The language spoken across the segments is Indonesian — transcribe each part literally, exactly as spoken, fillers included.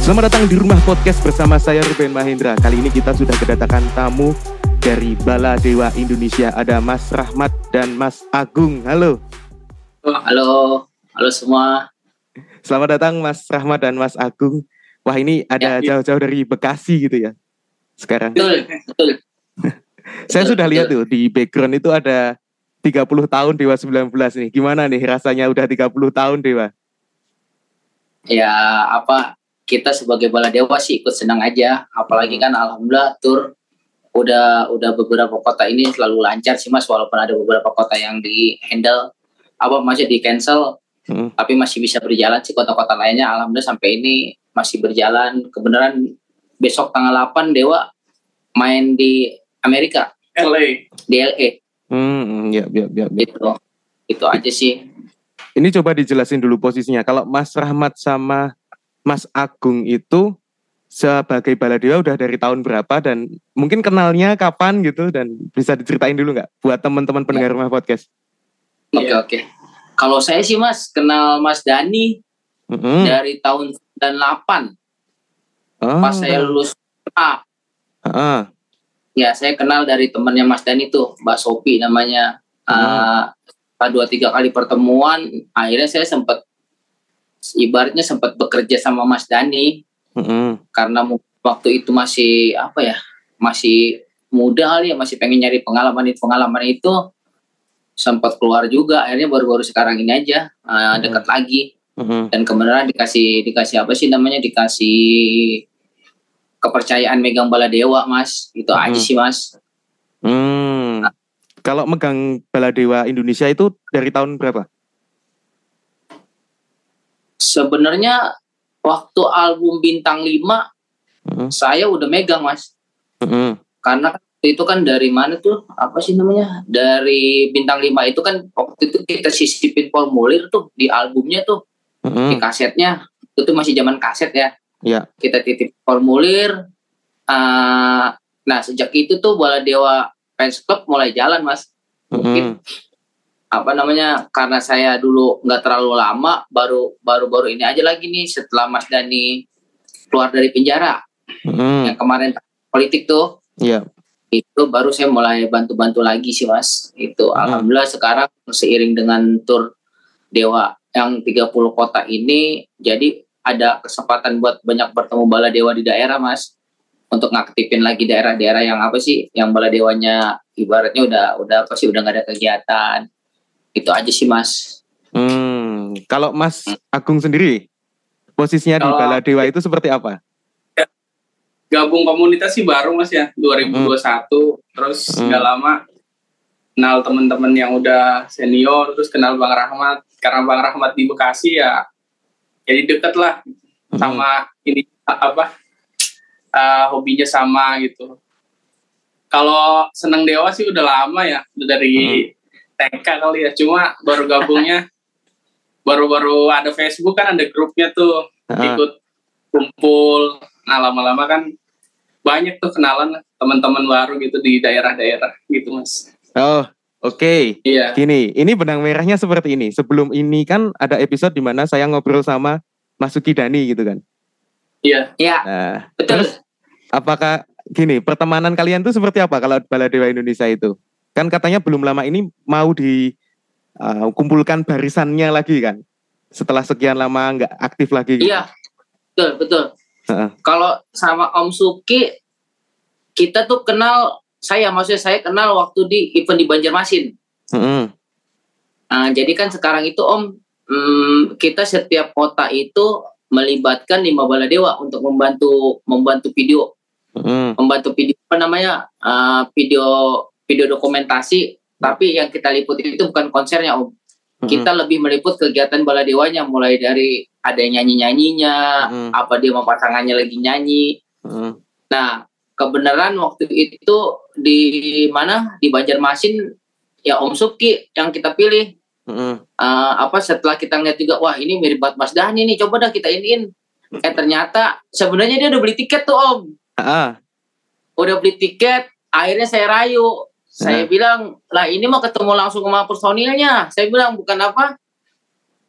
Selamat datang di Rumah Podcast bersama saya Ruben Mahendra. Kali ini kita sudah kedatangan tamu dari Bala Dewa Indonesia. Ada Mas Rahmat dan Mas Agung. Halo. Halo, halo semua. Selamat datang Mas Rahmat dan Mas Agung. Wah, ini ada ya, jauh-jauh dari Bekasi gitu ya sekarang. Betul, betul. Saya betul, sudah betul. lihat tuh di background itu ada tiga puluh tahun Dewa sembilan belas nih. Gimana nih rasanya udah tiga puluh tahun Dewa? Ya apa, kita sebagai Bala Dewa sih ikut senang aja. Apalagi kan alhamdulillah tur udah udah beberapa kota ini selalu lancar sih Mas, walaupun ada beberapa kota yang di handle apa masih di cancel, hmm. tapi masih bisa berjalan sih kota-kota lainnya. Alhamdulillah sampai ini masih berjalan. Kebenaran besok tanggal delapan Dewa main di Amerika, L A, di L A. Hmm, ya, ya, ya, ya. Itu, itu aja sih. Ini coba dijelasin dulu posisinya. Kalau Mas Rahmat sama Mas Agung itu sebagai Bala Dewa udah dari tahun berapa dan mungkin kenalnya kapan gitu, dan bisa diceritain dulu nggak buat teman-teman pendengar Rumah Podcast? Oke okay, oke. Okay. Kalau saya sih Mas kenal Mas Dani mm-hmm. dari tahun sembilan puluh delapan oh. Pas saya lulus A. Uh-uh. Ya saya kenal dari temannya Mas Dani tuh, Mbak Sopi namanya. Uh-huh. Uh, dua tiga kali pertemuan, akhirnya saya sempat ibaratnya sempat bekerja sama Mas Dani. Uh-huh. Karena waktu itu masih apa ya, masih muda kali ya, masih pengen nyari pengalaman itu pengalaman itu sempat keluar juga. Akhirnya baru-baru sekarang ini aja uh, dekat uh-huh. lagi. Uh-huh. Dan kebenaran dikasih dikasih apa sih namanya, dikasih kepercayaan megang Bala Dewa Mas. Itu uh-huh. aja sih Mas. Hmm. Nah, kalau megang Bala Dewa Indonesia itu dari tahun berapa? Sebenarnya waktu album Bintang lima uh-huh. saya udah megang Mas. Uh-huh. Karena itu kan dari mana tuh, apa sih namanya, dari Bintang lima itu kan waktu itu kita sisipin formulir tuh di albumnya tuh, uh-huh. di kasetnya. Itu tuh masih zaman kaset ya. Yeah. Kita titip formulir. Uh, nah sejak itu tuh Bala Dewa Fans Club mulai jalan Mas. Mungkin uh-huh. apa namanya, karena saya dulu nggak terlalu lama, baru baru baru ini aja lagi nih setelah Mas Dani keluar dari penjara, hmm. yang kemarin politik tuh, yeah. itu baru saya mulai bantu-bantu lagi sih Mas. Itu hmm. alhamdulillah sekarang seiring dengan tur Dewa yang tiga puluh kota ini, jadi ada kesempatan buat banyak bertemu Bala Dewa di daerah Mas, untuk ngaktifin lagi daerah-daerah yang apa sih, yang Bala Dewanya ibaratnya udah udah apa sih udah nggak ada kegiatan. Itu aja sih Mas. Hmm, kalau Mas Agung sendiri posisinya kalau di Bala Dewa itu seperti apa? Ya, gabung komunitas sih baru Mas ya, dua ribu dua puluh satu. Hmm. Terus hmm. gak lama kenal teman-teman yang udah senior, terus kenal Bang Rahmat. Karena Bang Rahmat di Bekasi ya, jadi deket lah hmm. sama ini apa uh, hobinya sama gitu. Kalau seneng Dewa sih udah lama ya, udah dari hmm. T K kali ya, cuma baru gabungnya baru-baru ada Facebook kan, ada grupnya tuh, uh-huh. ikut kumpul. Nah lama-lama kan banyak tuh kenalan teman-teman baru gitu di daerah-daerah gitu Mas. Oh oke, okay. Iya. Gini, ini benang merahnya seperti ini. Sebelum ini kan ada episode di mana saya ngobrol sama Mas Suki Dani gitu kan. Iya. Iya. Nah, betul. Terus apakah gini, pertemanan kalian tuh seperti apa kalau Bala Dewa Indonesia itu? Kan katanya belum lama ini mau dikumpulkan uh, barisannya lagi kan, setelah sekian lama nggak aktif lagi gitu. Iya, betul betul. Uh-uh. Kalau sama Om Suki kita tuh kenal, saya maksudnya saya kenal waktu di event di Banjarmasin. Uh-uh. Nah, jadi kan sekarang itu Om, hmm, kita setiap kota itu melibatkan lima Bala Dewa untuk membantu membantu video, uh-uh. membantu video apa namanya uh, video video dokumentasi, tapi yang kita liput itu bukan konsernya Om. Mm-hmm. Kita lebih meliput kegiatan Bala Dewanya, mulai dari ada nyanyi-nyanyinya, mm-hmm. apa dia sama pasangannya lagi nyanyi. Mm-hmm. Nah, kebenaran waktu itu di mana, di Banjarmasin ya Om Suki yang kita pilih. Mm-hmm. Uh, apa setelah kita ngeliat juga, wah ini mirip banget Mas Dani nih, coba dah kita iniin. Eh ternyata sebenarnya dia udah beli tiket tuh Om. Uh-huh. Udah beli tiket, akhirnya saya rayu. Saya nah. bilang, lah ini mau ketemu langsung sama personilnya. Saya bilang, bukan apa,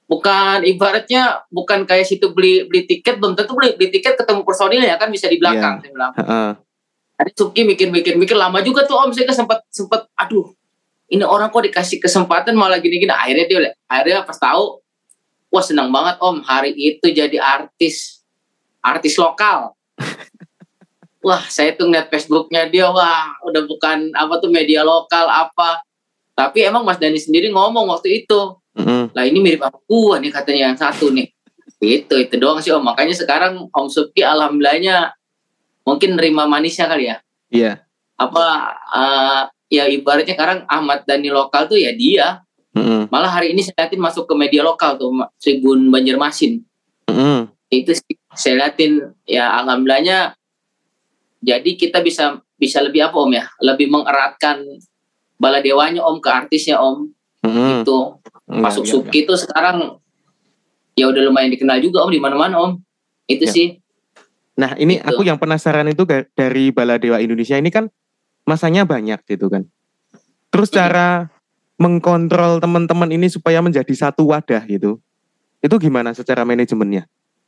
bukan ibaratnya bukan kayak situ beli beli tiket, belum tentu beli beli tiket ketemu personil ya kan, bisa di belakang. Yeah. Saya bilang. Uh-uh. Tadi Subki mikir-mikir-mikir lama juga tuh Om, saya sempat sempat aduh, ini orang kok dikasih kesempatan malah gini-gini. Akhirnya dia akhirnya pas tahu, wah senang banget Om, hari itu jadi artis artis lokal. Wah, saya tuh ngeliat Facebooknya dia, wah udah bukan apa tuh media lokal apa. Tapi emang Mas Dani sendiri ngomong waktu itu, mm-hmm. lah ini mirip aku nih katanya yang satu nih. Itu itu doang sih Om. Makanya sekarang Om Subki alhamdulillahnya mungkin nerima manisnya kali ya. Iya. Yeah. Apa uh, ya ibaratnya sekarang Ahmad Dhani lokal tuh ya dia. Mm-hmm. Malah hari ini saya liatin masuk ke media lokal tuh Tribun Banjarmasin. Mm-hmm. Itu sih saya liatin ya alhamdulillahnya. Jadi kita bisa bisa lebih apa Om ya? Lebih mengeratkan baladewanya Om ke artisnya Om. Mm-hmm. Itu masuk ya, Subki itu ya, ya. Sekarang ya udah lumayan dikenal juga Om di mana-mana Om. Itu ya. Sih. Nah ini gitu. Aku yang penasaran itu dari Baladewa Indonesia ini kan masanya banyak gitu kan. Terus cara mm-hmm. mengkontrol teman-teman ini supaya menjadi satu wadah gitu. Itu gimana secara manajemennya?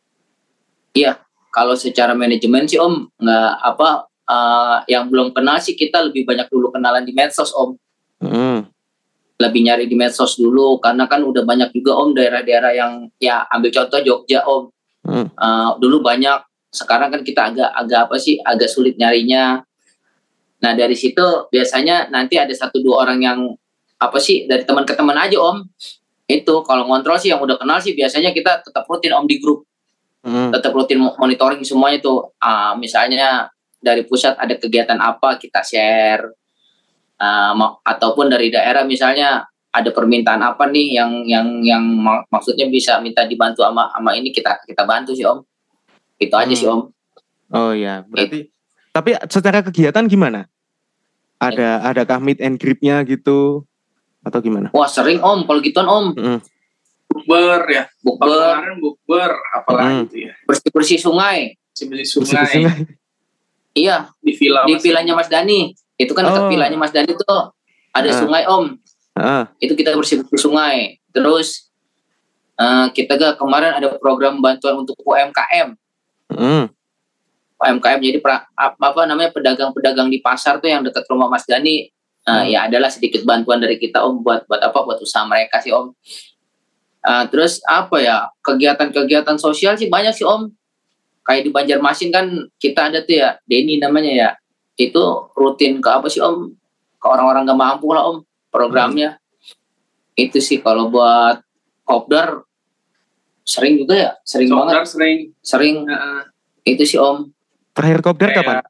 Iya. Kalau secara manajemen sih Om nggak apa uh, yang belum kenal sih kita lebih banyak dulu kenalan di medsos Om. Mm. Lebih nyari di medsos dulu karena kan udah banyak juga Om daerah-daerah yang ya ambil contoh Jogja Om. Mm. Uh, dulu banyak, sekarang kan kita agak agak apa sih agak sulit nyarinya. Nah dari situ biasanya nanti ada satu dua orang yang apa sih dari teman ke teman aja Om. Itu kalau ngontrol sih yang udah kenal sih biasanya kita tetap rutin Om di grup. Hmm. Tetap rutin monitoring semuanya tuh. Uh, misalnya dari pusat ada kegiatan apa kita share, uh, ataupun dari daerah misalnya ada permintaan apa nih yang yang yang mak- maksudnya bisa minta dibantu sama sama ini kita kita bantu sih Om. Itu aja hmm. sih Om. Oh ya, berarti. It. Tapi secara kegiatan gimana? Ada It. adakah meet and greet-nya gitu atau gimana? Wah sering Om, kalau gituan Om. Hmm. Bukber ya, bukber, kemarin bukber, apalagi hmm. itu ya. Bersih-bersih sungai. Bersih-bersih sungai. sungai. Iya, di villa di villanya Mas Dani. Itu kan dekat oh. villanya Mas Dani tuh ada uh. sungai Om. Uh. Itu kita bersih-bersih sungai. Terus uh, kita gak kemarin ada program bantuan untuk U M K M. Hmm. U M K M jadi pra, apa namanya pedagang-pedagang di pasar tuh yang dekat rumah Mas Dani. Uh, hmm. Ya adalah sedikit bantuan dari kita Om buat buat apa buat usaha mereka sih Om. Uh, terus apa ya kegiatan-kegiatan sosial sih banyak sih Om. Kayak di Banjarmasin kan kita ada tuh ya Denny namanya ya. Itu rutin ke apa sih Om? Ke orang-orang gak mampu lah Om programnya. Hmm. Itu sih kalau buat kopdar sering juga ya, sering kopdar banget. Sering. Sering. Uh, itu sih Om. Terakhir kopdar kapan?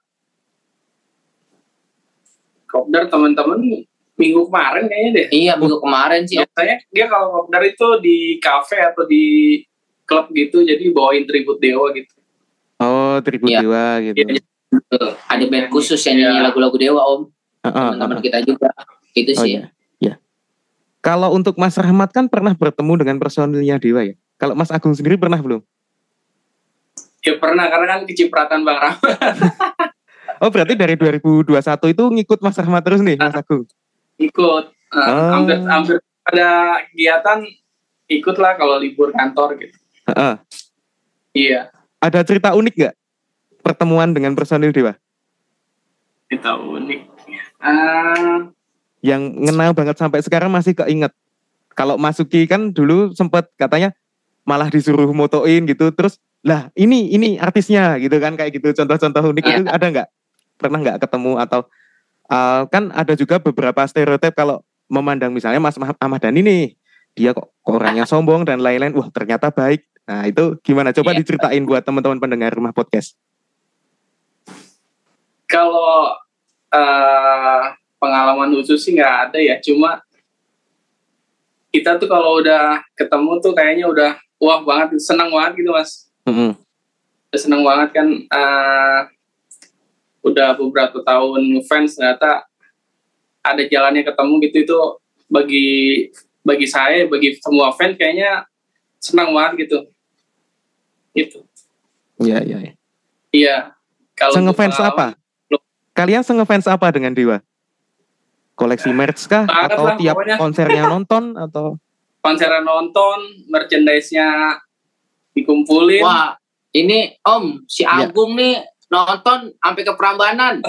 Kopdar teman-teman minggu kemarin kayaknya deh. Iya, minggu kemarin sih. Biasanya dia kalau kopdar itu di kafe atau di klub gitu, jadi bawain tribut Dewa gitu. Oh, tribut ya. Dewa gitu. Ya, ada band khusus yang nyanyi ya. lagu-lagu Dewa Om. Uh, uh, Teman-teman uh, uh. kita juga. Itu oh, sih. Ya. ya. Kalau untuk Mas Rahmat kan pernah bertemu dengan personilnya Dewa ya. Kalau Mas Agung sendiri pernah belum? Ya pernah, karena kan kecipratan Bang Rahmat. Oh, berarti dari dua ribu dua puluh satu itu ngikut Mas Rahmat terus nih, Mas Agung? Ikut, uh, oh. hampir hampir ada kegiatan ikutlah kalau libur kantor gitu. Uh-uh. Iya. Ada cerita unik nggak pertemuan dengan personil Dewa? Cerita unik. Uh, Yang ngenal banget sampai sekarang masih keinget. Kalau Masuki kan dulu sempat katanya malah disuruh motoin gitu, terus lah ini ini artisnya gitu kan kayak gitu. Contoh-contoh unik itu ada nggak? Pernah nggak ketemu atau Uh, kan ada juga beberapa stereotip kalau memandang misalnya Mas Ahmad Dhani nih, dia kok orangnya sombong dan lain-lain, wah ternyata baik. Nah itu gimana? Coba yeah. diceritain buat teman-teman pendengar Rumah Podcast. Kalau uh, pengalaman khusus sih nggak ada ya, cuma kita tuh kalau udah ketemu tuh kayaknya udah wah banget, senang banget gitu Mas. Mm-hmm. Senang banget kan. Uh, udah beberapa tahun fans ternyata ada jalannya ketemu gitu, itu bagi bagi saya, bagi semua fans kayaknya senang banget gitu. Gitu. Iya, iya. Iya. Iya. Kalau sengefans apa? Lo, kalian sengefans apa dengan Dewa? Koleksi merch kah? Atau lah, tiap pokoknya. Konsernya nonton atau? konser nonton, merchandise-nya dikumpulin. Wah, ini Om, si Agung ya. Nih nonton sampai ke Prambanan.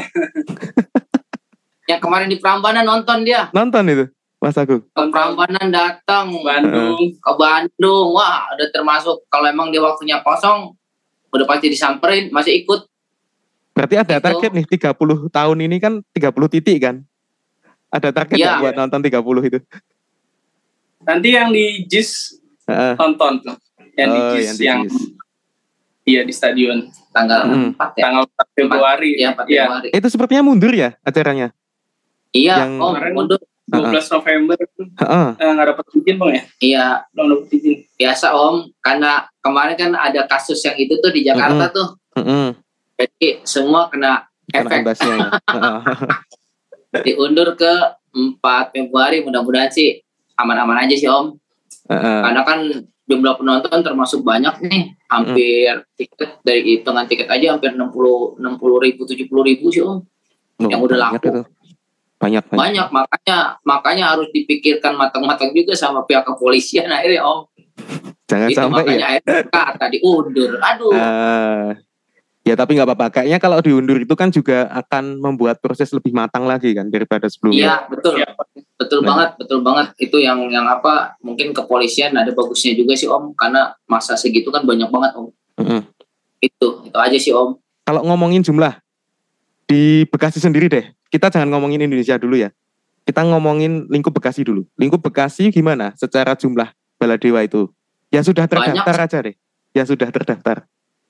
Yang kemarin di Prambanan nonton dia. Nonton itu, Mas Agung? Ke Prambanan datang. Bandung. Ke Bandung. Wah, udah termasuk kalau emang dia waktunya kosong, udah pasti disamperin, masih ikut. Berarti ada gitu. Target nih, tiga puluh tahun ini kan tiga puluh titik kan? Ada target ya, buat nonton tiga puluh itu? Nanti yang di J I S uh. tonton tuh. Yang oh, di J I S yang, yang iya di stadion tanggal hmm. empat ya. Tanggal empat Februari. Iya, empat Februari. Itu sepertinya mundur ya acaranya? Iya, yang oh, mundur. dua belas uh-uh. November uh-uh. eh, nggak dapat izin Bang ya? Iya, belum dapat izin. Biasa Om, karena kemarin kan ada kasus yang itu tuh di Jakarta uh-uh. tuh. Uh-uh. Jadi semua kena efek. Kena Diundur ke empat Februari, mudah-mudahan sih aman-aman aja sih Om. Uh-uh. Karena kan jumlah penonton termasuk banyak nih, hampir uh-uh. tiket dari hitungan tiket aja hampir enam puluh ribu, tujuh puluh ribu sih Om. Oh, yang udah laku. Itu. Banyak, banyak. Banyak, makanya makanya harus dipikirkan matang-matang juga sama pihak kepolisian akhirnya Om. Jangan itu sampai makanya ya. Kata diundur. Aduh. Uh, ya tapi nggak apa-apa. Kayaknya kalau diundur itu kan juga akan membuat proses lebih matang lagi kan daripada sebelumnya. Iya betul, ya. betul nah. banget, betul banget. Itu yang yang apa? Mungkin kepolisian ada bagusnya juga sih Om, karena masa segitu kan banyak banget Om. Uh-huh. Itu, itu aja sih Om. Kalau ngomongin jumlah di Bekasi sendiri deh. Kita jangan ngomongin Indonesia dulu ya. Kita ngomongin lingkup Bekasi dulu. Lingkup Bekasi gimana secara jumlah baladewa itu? Yang sudah terdaftar banyak. Aja deh. Yang sudah terdaftar.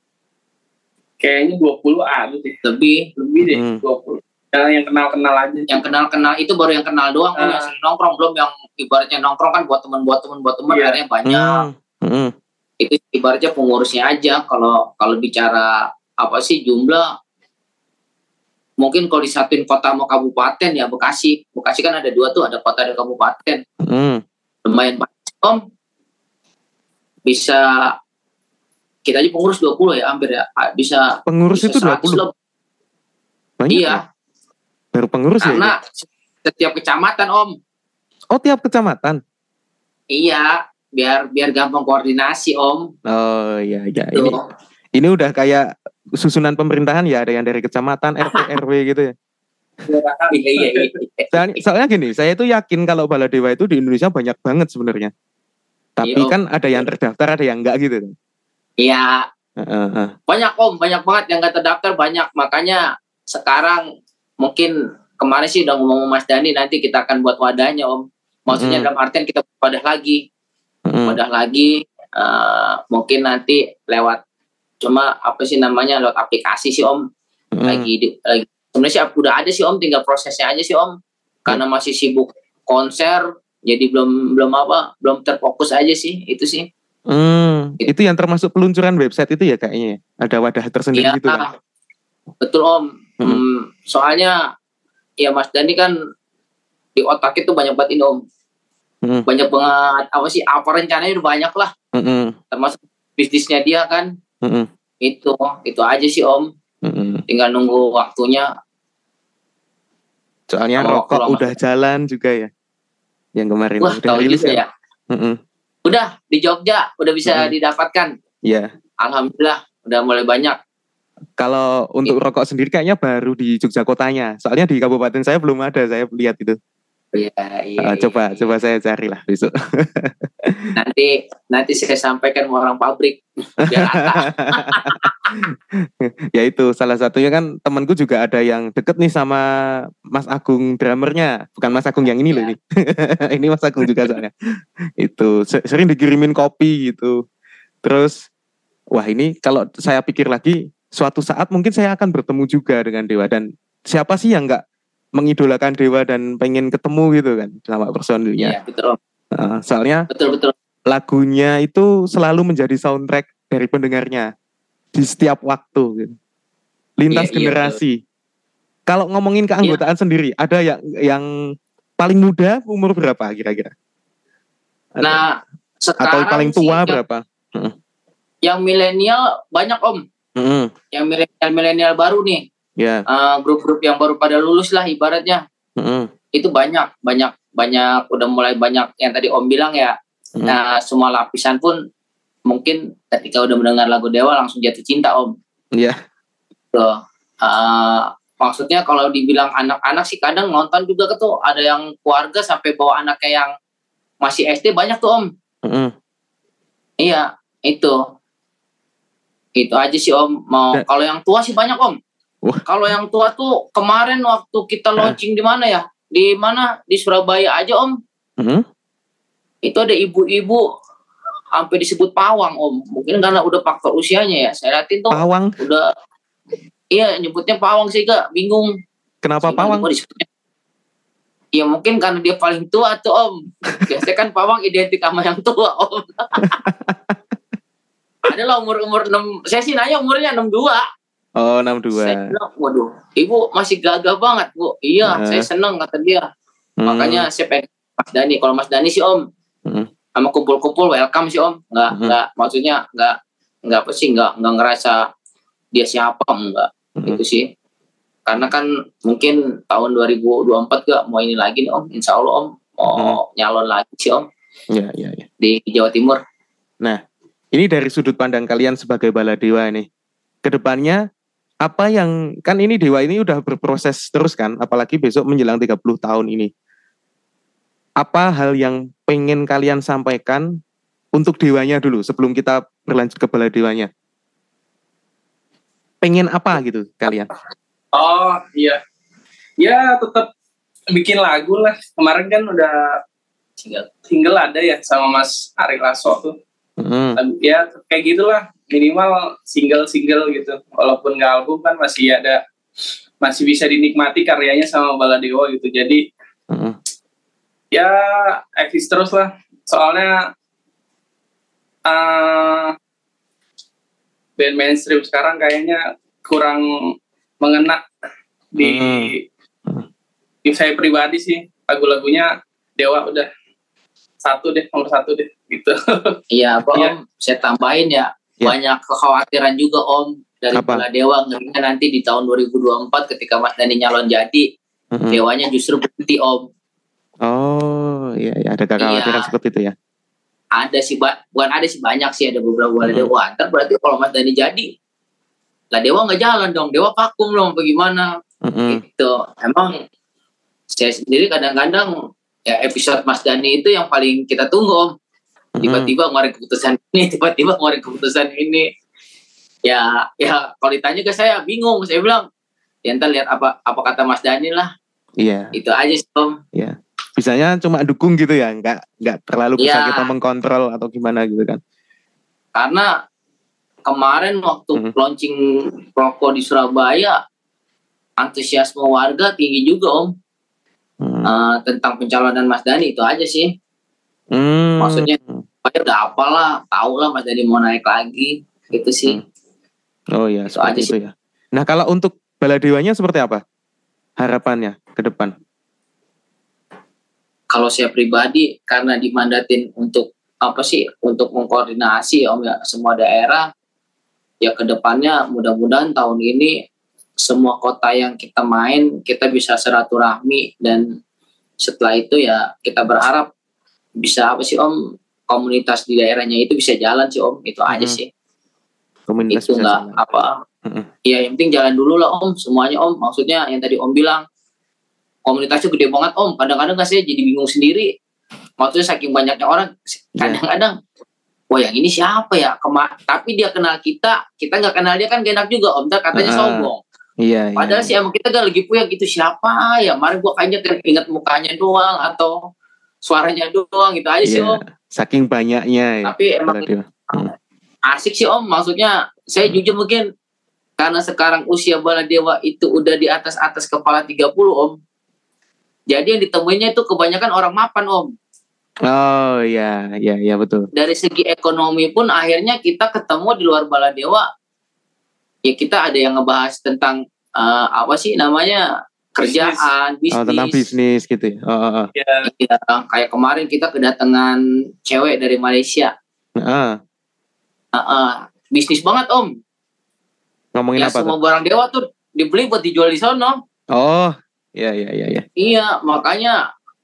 Kayaknya dua puluh ada deh. Lebih. Lebih deh, hmm. dua puluh. Yang, yang kenal-kenal aja. Yang kenal-kenal itu baru yang kenal doang. Uh. Yang sering nongkrong. Belum yang ibaratnya nongkrong kan buat teman, buat teman, buat teman. Yeah. Akhirnya banyak. Hmm. Hmm. Itu ibaratnya pengurusnya aja. Kalau kalau bicara apa sih jumlah, mungkin kalau disatuin kota sama kabupaten ya Bekasi. Bekasi kan ada dua tuh, ada kota dan kabupaten. Hmm. Lumayan banyak Om. Bisa kita aja pengurus dua puluh ya hampir ya. Bisa pengurus bisa itu dua puluh. Banyak iya. Ya? Baru pengurus karena ya? Karena setiap kecamatan Om. Oh, tiap kecamatan. Iya, biar biar gampang koordinasi Om. Oh iya iya ini. Ini udah kayak susunan pemerintahan ya, ada yang dari kecamatan, R T, R W gitu ya. Iya, iya, iya. Soalnya, soalnya gini, saya tuh yakin kalau baladewa itu di Indonesia banyak banget sebenarnya. Tapi iya, kan ada yang terdaftar, ada yang enggak gitu. Iya. Uh-uh. Banyak Om, banyak banget yang enggak terdaftar, banyak. Makanya sekarang mungkin kemarin sih udah ngomong Mas Dani, nanti kita akan buat wadahnya Om. Maksudnya uh-uh. dalam artian kita wadah lagi. Uh-uh. Wadah lagi, uh, mungkin nanti lewat cuma apa sih namanya lewat aplikasi sih Om. Hmm. Lagi, di, lagi sebenarnya sih udah ada sih Om, tinggal prosesnya aja sih Om. Karena masih sibuk konser, jadi belum belum apa, belum terfokus aja sih itu sih. Hmm, itu. Itu yang termasuk peluncuran website itu ya kayaknya. Ada wadah tersendiri ya, gitu kan. Betul Om. Hmm. Hmm, soalnya ya Mas Dani kan di otak itu banyak banget ini Om. Hmm. Banyak banget apa sih apa rencananya udah banyak lah. Hmm. Termasuk bisnisnya dia kan. Mm-mm. Itu itu aja sih Om. Mm-mm. Tinggal nunggu waktunya. Soalnya oh, rokok udah mas. Jalan juga ya. Yang kemarin wah, udah rilis kan? Ya. Udah di Jogja udah bisa Mm-mm. didapatkan. Iya. Yeah. Alhamdulillah udah mulai banyak. Kalau untuk yeah. rokok sendiri kayaknya baru di Jogja kotanya. Soalnya di kabupaten saya belum ada, saya lihat itu. Iya, iya, uh, coba iya. coba saya carilah besok. nanti nanti saya sampaikan ke orang pabrik biar ya itu salah satunya kan temanku juga ada yang deket nih sama Mas Agung drummernya, bukan Mas Agung yang ini ya. Loh ini. Ini Mas Agung juga soalnya. Itu sering dikirimin kopi gitu. Terus wah ini kalau saya pikir lagi suatu saat mungkin saya akan bertemu juga dengan Dewa, dan siapa sih yang enggak mengidolakan Dewa dan pengen ketemu gitu kan sama personilnya. Iya, betul. Uh, soalnya betul betul. Lagunya itu selalu menjadi soundtrack dari pendengarnya di setiap waktu gitu. Lintas iya, generasi. Iya, kalau ngomongin keanggotaan iya. sendiri, ada yang yang paling muda umur berapa kira-kira? Nah, sekarang atau paling tua sih, berapa? Yang, yang milenial banyak Om. Mm-hmm. Yang milenial-milenial baru nih. Yeah. Uh, grup-grup yang baru pada lulus lah ibaratnya. Mm-hmm. Itu banyak, banyak, banyak udah mulai banyak yang tadi Om bilang ya. Hmm. Nah, semua lapisan pun mungkin ketika udah mendengar lagu Dewa langsung jatuh cinta Om. Iya. Yeah. Tuh. Uh, maksudnya kalau dibilang anak-anak sih kadang nonton juga tuh ada yang keluarga sampai bawa anaknya yang masih S D banyak tuh Om. Mm-hmm. Iya, itu. Itu aja sih Om. Mau nah. Kalau yang tua sih banyak Om. Uh. Kalau yang tua tuh kemarin waktu kita launching uh. di mana ya? Di mana? Di Surabaya aja Om. Mm-hmm. Itu ada ibu-ibu sampai disebut pawang Om. Mungkin karena udah faktor usianya ya. Saya liatin tuh. Pawang? Udah. Iya, nyebutnya pawang sih Kak. Bingung. Kenapa sehingga pawang? Ya mungkin karena dia paling tua tuh Om. Biasanya kan pawang identik sama yang tua Om. Adalah umur-umur enam. Saya sih nanya umurnya enam puluh dua. Oh, enam puluh dua. Saya bilang, waduh, ibu masih gagah banget Bu. Iya, uh. saya seneng kata dia. Hmm. Makanya saya pengen Mas Dhani. Kalau Mas Dhani sih Om. Hmm. Sama kumpul-kumpul welcome sih Om. Nggak, hmm. nggak, maksudnya nggak, nggak apa sih, nggak, nggak ngerasa dia siapa, enggak. Hmm. Itu sih. Karena kan mungkin tahun dua ribu dua puluh empat gak mau ini lagi nih Om. Insya Allah Om mau hmm. nyalon lagi sih Om. Iya, iya, iya. Di Jawa Timur. Nah, ini dari sudut pandang kalian sebagai Baladewa nih. Kedepannya apa yang, kan ini Dewa ini udah berproses terus kan, apalagi besok menjelang tiga puluh tahun ini. Apa hal yang pengen kalian sampaikan untuk Dewanya dulu sebelum kita berlanjut ke Baladewanya? Pengen apa gitu kalian? Oh iya, ya tetap bikin lagu lah. Kemarin kan udah single, single ada ya sama Mas Ari Lasso tuh. Mm. Ya kayak gitulah, minimal single-single gitu. Walaupun nggak album kan masih ada, masih bisa dinikmati karyanya sama Baladewa gitu. Jadi mm. ya eksis terus lah. Soalnya uh, band mainstream sekarang kayaknya kurang mengena di hmm. di saya pribadi sih. Lagu-lagunya Dewa udah satu deh, nomor satu deh gitu. Iya Om, ya. Saya tambahin ya, ya, banyak kekhawatiran juga Om dari Baladewa ngerinya nanti di tahun dua ribu dua puluh empat ketika Mas Dhani nyalon jadi, hmm. Dewanya justru berhenti Om. Oh iya, ya. Ada kekhawatiran ya. Seperti itu ya. Ada sih, bukan ada sih, banyak sih, ada beberapa Baladewa. Hmm. Ntar berarti kalau Mas Dhani jadi, lah Dewa nggak jalan dong, Dewa vakum dong, bagaimana? Hmm. Gitu. Emang saya sendiri kadang-kadang ya episode Mas Dhani itu yang paling kita tunggu Om. Tiba-tiba ngeluarin keputusan ini, tiba-tiba ngeluarin keputusan ini. Ya, ya kalau ditanya ke saya bingung, saya bilang, ya ntar lihat apa apa kata Mas Dhani lah. Iya. Itu aja sih Om. Iya. Bisanya cuma dukung gitu ya, nggak nggak terlalu bisa ya. Kita mengkontrol atau gimana gitu kan? Karena kemarin waktu hmm. launching rokok di Surabaya, antusiasme warga tinggi juga Om. Hmm. Uh, tentang pencalonan Mas Dhani itu aja sih. Hmm. Maksudnya, udah apalah, tahu lah Mas Dhani mau naik lagi, gitu sih. Hmm. Oh iya, itu seperti aja itu sih. Ya. Nah kalau untuk Baladewanya seperti apa harapannya ke depan? Kalau saya pribadi karena dimandatin untuk apa sih, untuk mengkoordinasi Om ya semua daerah, ya kedepannya mudah-mudahan tahun ini semua kota yang kita main kita bisa silaturahmi, dan setelah itu ya kita berharap bisa apa sih Om, komunitas di daerahnya itu bisa jalan sih Om, itu aja hmm. sih. Komunitas itu nggak apa, hmm. ya yang penting jalan dulu lah Om semuanya Om. Maksudnya yang tadi Om bilang komunitasnya gede banget Om, kadang-kadang kan saya jadi bingung sendiri. Maksudnya saking banyaknya orang, kadang-kadang wah yang ini siapa ya? Kema- tapi dia kenal kita, kita nggak kenal dia kan gak enak juga Om. Ntar katanya uh, sombong. Iya, padahal iya. sih emang kita gak lagi puyeng gitu, siapa ya? Kemarin gua kayaknya ingat mukanya doang atau suaranya doang, gitu aja iya. sih Om. Saking banyaknya. Tapi ya, emang hmm. asik sih Om. Maksudnya saya hmm. jujur mungkin karena sekarang usia Baladewa itu udah di atas-atas kepala tiga puluh Om. Jadi yang ditemuinya itu kebanyakan orang mapan Om. Oh iya, iya, iya betul. Dari segi ekonomi pun akhirnya kita ketemu di luar Baladewa. Ya kita ada yang ngebahas tentang uh, apa sih namanya, kerjaan, bisnis. Oh tentang bisnis gitu ya. Oh, oh, oh. Ya, kayak kemarin kita kedatangan cewek dari Malaysia. Uh. Uh, uh, bisnis banget Om. Ngomongin ya, apa semua tuh? Barang Dewa tuh dibeli buat dijual di sono. Oh iya iya iya. Iya, iya makanya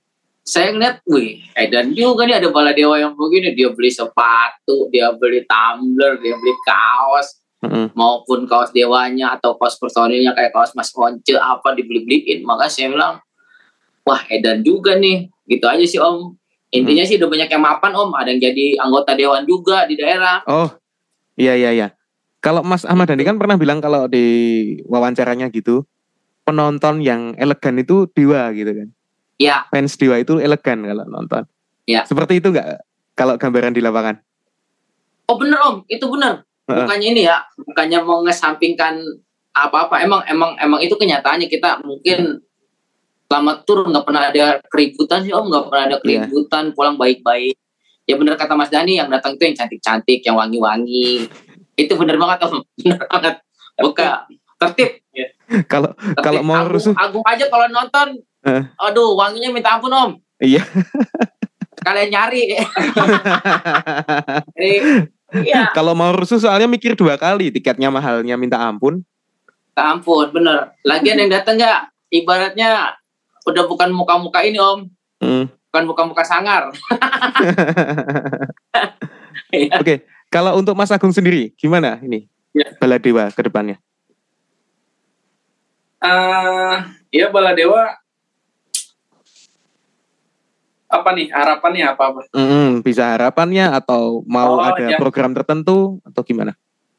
saya ngeliat, wih, edan juga nih ada Baladewa yang begini, dia beli sepatu, dia beli tumbler, dia beli kaos, mm-hmm. maupun kaos dewanya atau kaos personilnya kayak kaos Mas Once apa dibeli-beliin. Maka saya bilang, wah edan juga nih, gitu aja sih Om. Intinya mm. sih udah banyak yang mapan Om, ada yang jadi anggota dewan juga di daerah. Oh, iya iya iya. Kalau Mas Ahmad Dhani kan pernah bilang kalau di wawancaranya gitu, penonton yang elegan itu Dewa gitu kan. Ya. Fans Dewa itu elegan kalau nonton. Ya. Seperti itu nggak kalau gambaran di lapangan? Oh bener Om, itu bener. Uh-uh. Bukannya ini ya, bukannya mau ngesampingkan apa-apa. Emang emang emang itu kenyataannya. Kita mungkin selama tur nggak pernah ada keributan sih Om, nggak pernah ada keributan. Yeah. Pulang baik-baik. Ya bener kata Mas Dhani, yang datang itu yang cantik-cantik, yang wangi-wangi. Itu bener banget Om, bener banget. Buka tertib. Kalau ya. kalau mau Agung, rusuh, Agung aja kalau nonton. Uh. Aduh, wanginya minta ampun Om. Iya. Kalian nyari. Jadi, iya. Kalau mau rusuh soalnya mikir dua kali, tiketnya mahalnya minta ampun. Minta ampun, bener. Lagian yang datang nggak, ibaratnya udah bukan muka-muka ini Om, hmm. bukan muka-muka sangar. Oke, okay. Kalau untuk Mas Agung sendiri, gimana ini ya. Baladewa ke depannya? Uh, ya Baladewa. Apa nih harapannya apa apa? Mm-hmm, bisa harapannya atau mau oh, ada ya. program tertentu atau gimana?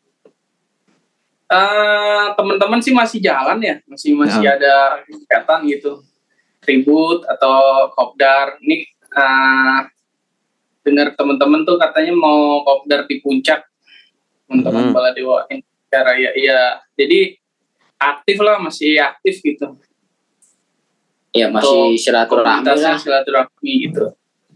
Uh, teman-teman sih masih jalan ya, masih masih ya. ada kegiatan gitu, tribut atau kopdar. Ini uh, dengar teman-teman tuh katanya mau kopdar di puncak, teman-teman hmm. Baladewa cara ya, ya. Jadi aktif lah, masih aktif gitu. Ya masih silaturahmi lah. silaturahmi gitu.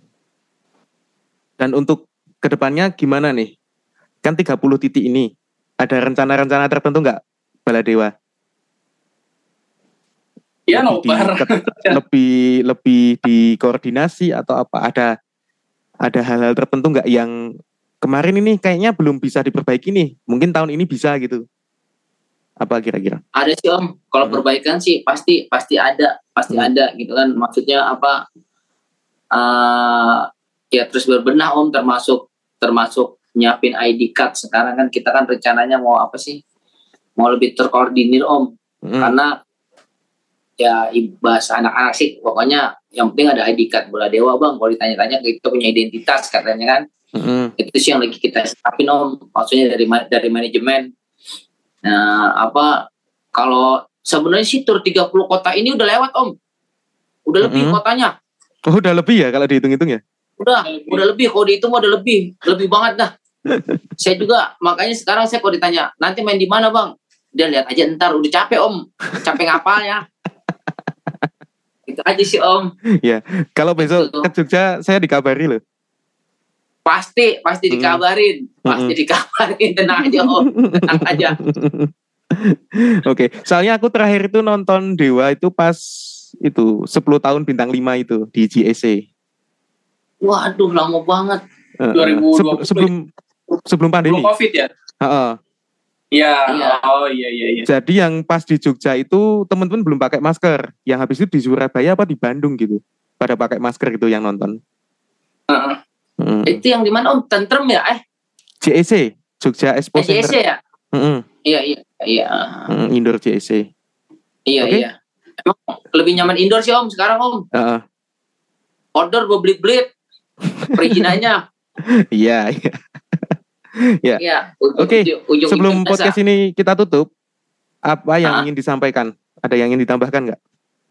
Dan untuk kedepannya gimana nih? Kan tiga puluh titik ini, ada rencana-rencana tertentu nggak Baladewa? Ya nobar. lebih lebih dikoordinasi atau apa? Ada ada hal-hal tertentu nggak yang kemarin ini kayaknya belum bisa diperbaiki nih? Mungkin tahun ini bisa gitu. Apa kira-kira? Ada sih Om, kalau hmm. perbaikan sih pasti pasti ada, pasti hmm. ada gitu kan. Maksudnya apa? Uh, ya terus berbenah Om, termasuk termasuk nyiapin I D card. Sekarang kan kita kan rencananya mau apa sih? Mau lebih terkoordinir Om, hmm. karena ya bahasa anak-anak sih, pokoknya yang penting ada I D card Baladewa Bang. Kalau ditanya-tanya kita punya identitas katanya kan. Hmm. Itu sih yang lagi kita siapin Om. Maksudnya dari dari manajemen. Nah, apa kalau sebenarnya sih tur tiga puluh kota ini udah lewat Om. Udah lebih mm-hmm. kotanya. Oh, udah lebih ya kalau dihitung-hitung ya? Udah, lebih. udah lebih. Kalau dihitung udah lebih, lebih banget dah. Saya juga, makanya sekarang saya kalau ditanya, nanti main di mana Bang? Dia lihat aja ntar, udah capek Om. Capek ngapalnya. Itu aja sih Om. Ya, kalau besok gitu. Ke Jogja saya dikabari loh. Pasti, pasti mm. dikabarin. Pasti mm. dikabarin. Tenang aja Om. Tenang aja. Oke, okay. Soalnya aku terakhir itu nonton Dewa itu pas itu sepuluh tahun bintang lima itu di G S C. Waduh, lama banget. Uh, dua ribu dua puluh sebelum sebelum pandemi. Sebelum Covid ya? Heeh. Iya, oh iya iya iya. Jadi yang pas di Jogja itu teman-teman belum pakai masker. Yang habis itu di Surabaya apa di Bandung gitu. Pada pakai masker gitu yang nonton. Uh-uh. Hmm. Itu yang di mana Om? Tentrem ya? Eh? J S C, Jogja Expo Center. J S C ya? Mm-hmm. Iya iya iya. Mm, indoor J S C. Iya okay. iya. Emang lebih nyaman indoor sih Om sekarang Om. Uh-uh. Order belit-belit. Perizinannya. Iya iya. Ya. Iya. Oke. Okay. Sebelum podcast ini kita tutup, apa yang uh-huh. ingin disampaikan? Ada yang ingin ditambahkan nggak?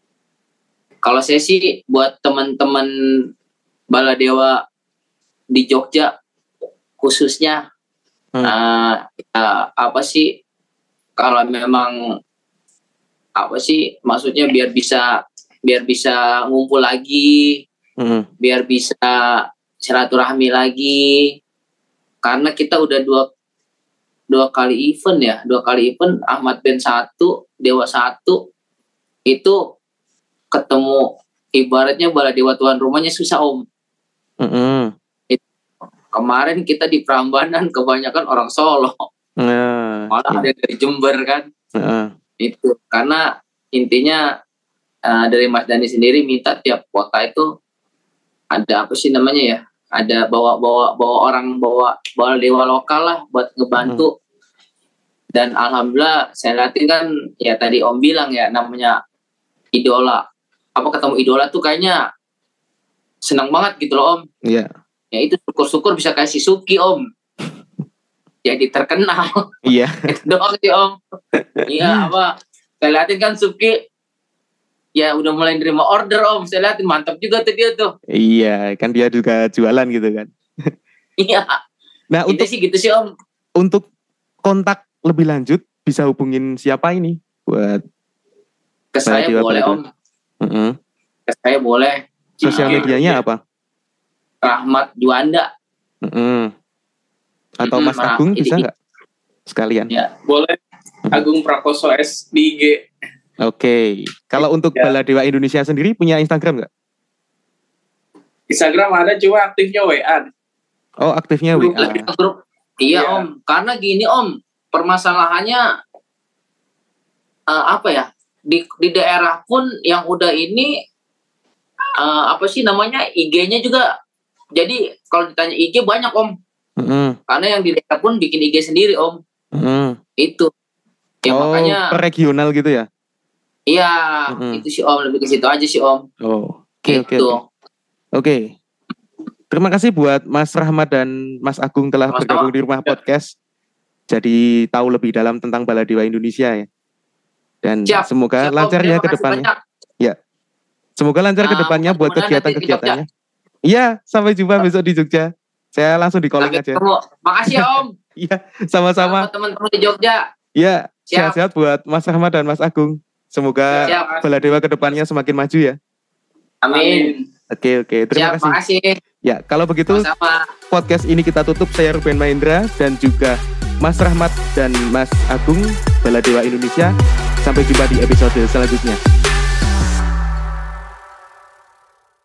Kalau saya sih buat teman-teman Baladewa di Jogja khususnya hmm. uh, uh, apa sih kalau memang apa sih maksudnya biar bisa biar bisa ngumpul lagi hmm. biar bisa silaturahmi lagi karena kita udah dua dua kali event ya dua kali event Ahmad Band satu Dewa satu itu ketemu ibaratnya Baladewa tuan rumahnya susah Om. Hmm. Kemarin kita di Prambanan kebanyakan orang Solo, uh, malah iya. ada dari Jember kan, uh. itu karena intinya uh, dari Mas Dhani sendiri minta tiap kota itu ada apa sih namanya ya? Ada bawa bawa bawa orang bawa bawa dewa lokal lah buat ngebantu. Hmm. Dan alhamdulillah saya lihatin kan ya tadi Om bilang ya namanya idola. Apa ketemu idola tuh kayaknya senang banget gitu loh Om. Iya. Ya itu syukur-syukur bisa kasih Suki Om. Jadi terkenal. Iya. Itu doang sih Om. Iya apa? Saya lihatin kan Suki ya udah mulai nerima order Om. Saya lihatin mantap juga tuh dia tuh. Iya, kan dia juga jualan gitu kan. Iya. Nah, gitu untuk sih gitu sih Om. Untuk kontak lebih lanjut bisa hubungin siapa ini buat ke saya boleh Om. Uh-huh. Ke saya boleh. Sosial medianya ya. Apa? Rahmat Juanda. Uh-huh. Atau Mas uh-huh. Agung bisa nggak sekalian? Ya boleh. Agung Prakoso S di I G. Oke. Okay. Kalau untuk ya. Baladewa Indonesia sendiri punya Instagram nggak? Instagram ada, cuma aktifnya W A. Oh, aktifnya W A. Grup. Iya ya. Om. Karena gini Om, permasalahannya uh, apa ya? Di di daerah pun yang udah ini uh, apa sih namanya I G-nya juga. Jadi kalau ditanya I G banyak Om. Mm-hmm. Karena yang di daerah pun bikin I G sendiri Om. Mm-hmm. Itu. Ya oh, makanya per regional gitu ya? Iya, mm-hmm. itu sih Om, lebih ke situ aja sih Om. Oh, oke oke. Oke. Terima kasih buat Mas Rahmat dan Mas Agung telah Mas bergabung Mas. Di Rumah Podcast. Jadi tahu lebih dalam tentang Baladewa Indonesia ya. Dan siap, semoga siap, lancar ya ke depannya. Ya. Semoga lancar nah, ke depannya buat kegiatan-kegiatannya. Iya, sampai jumpa nah. besok di Jogja. Saya langsung di calling aja. Ketemu. Makasih ya Om. Iya, sama-sama. Teman-teman di Jogja. Iya, sehat-sehat buat Mas Rahmat dan Mas Agung. Semoga siap. Baladewa ke depannya semakin maju ya. Amin. Oke, oke. Terima siap, kasih. Makasih. Ya, kalau begitu sama-sama. Podcast ini kita tutup. Saya Ruben Mahendra dan juga Mas Rahmat dan Mas Agung Baladewa Indonesia. Sampai jumpa di episode selanjutnya.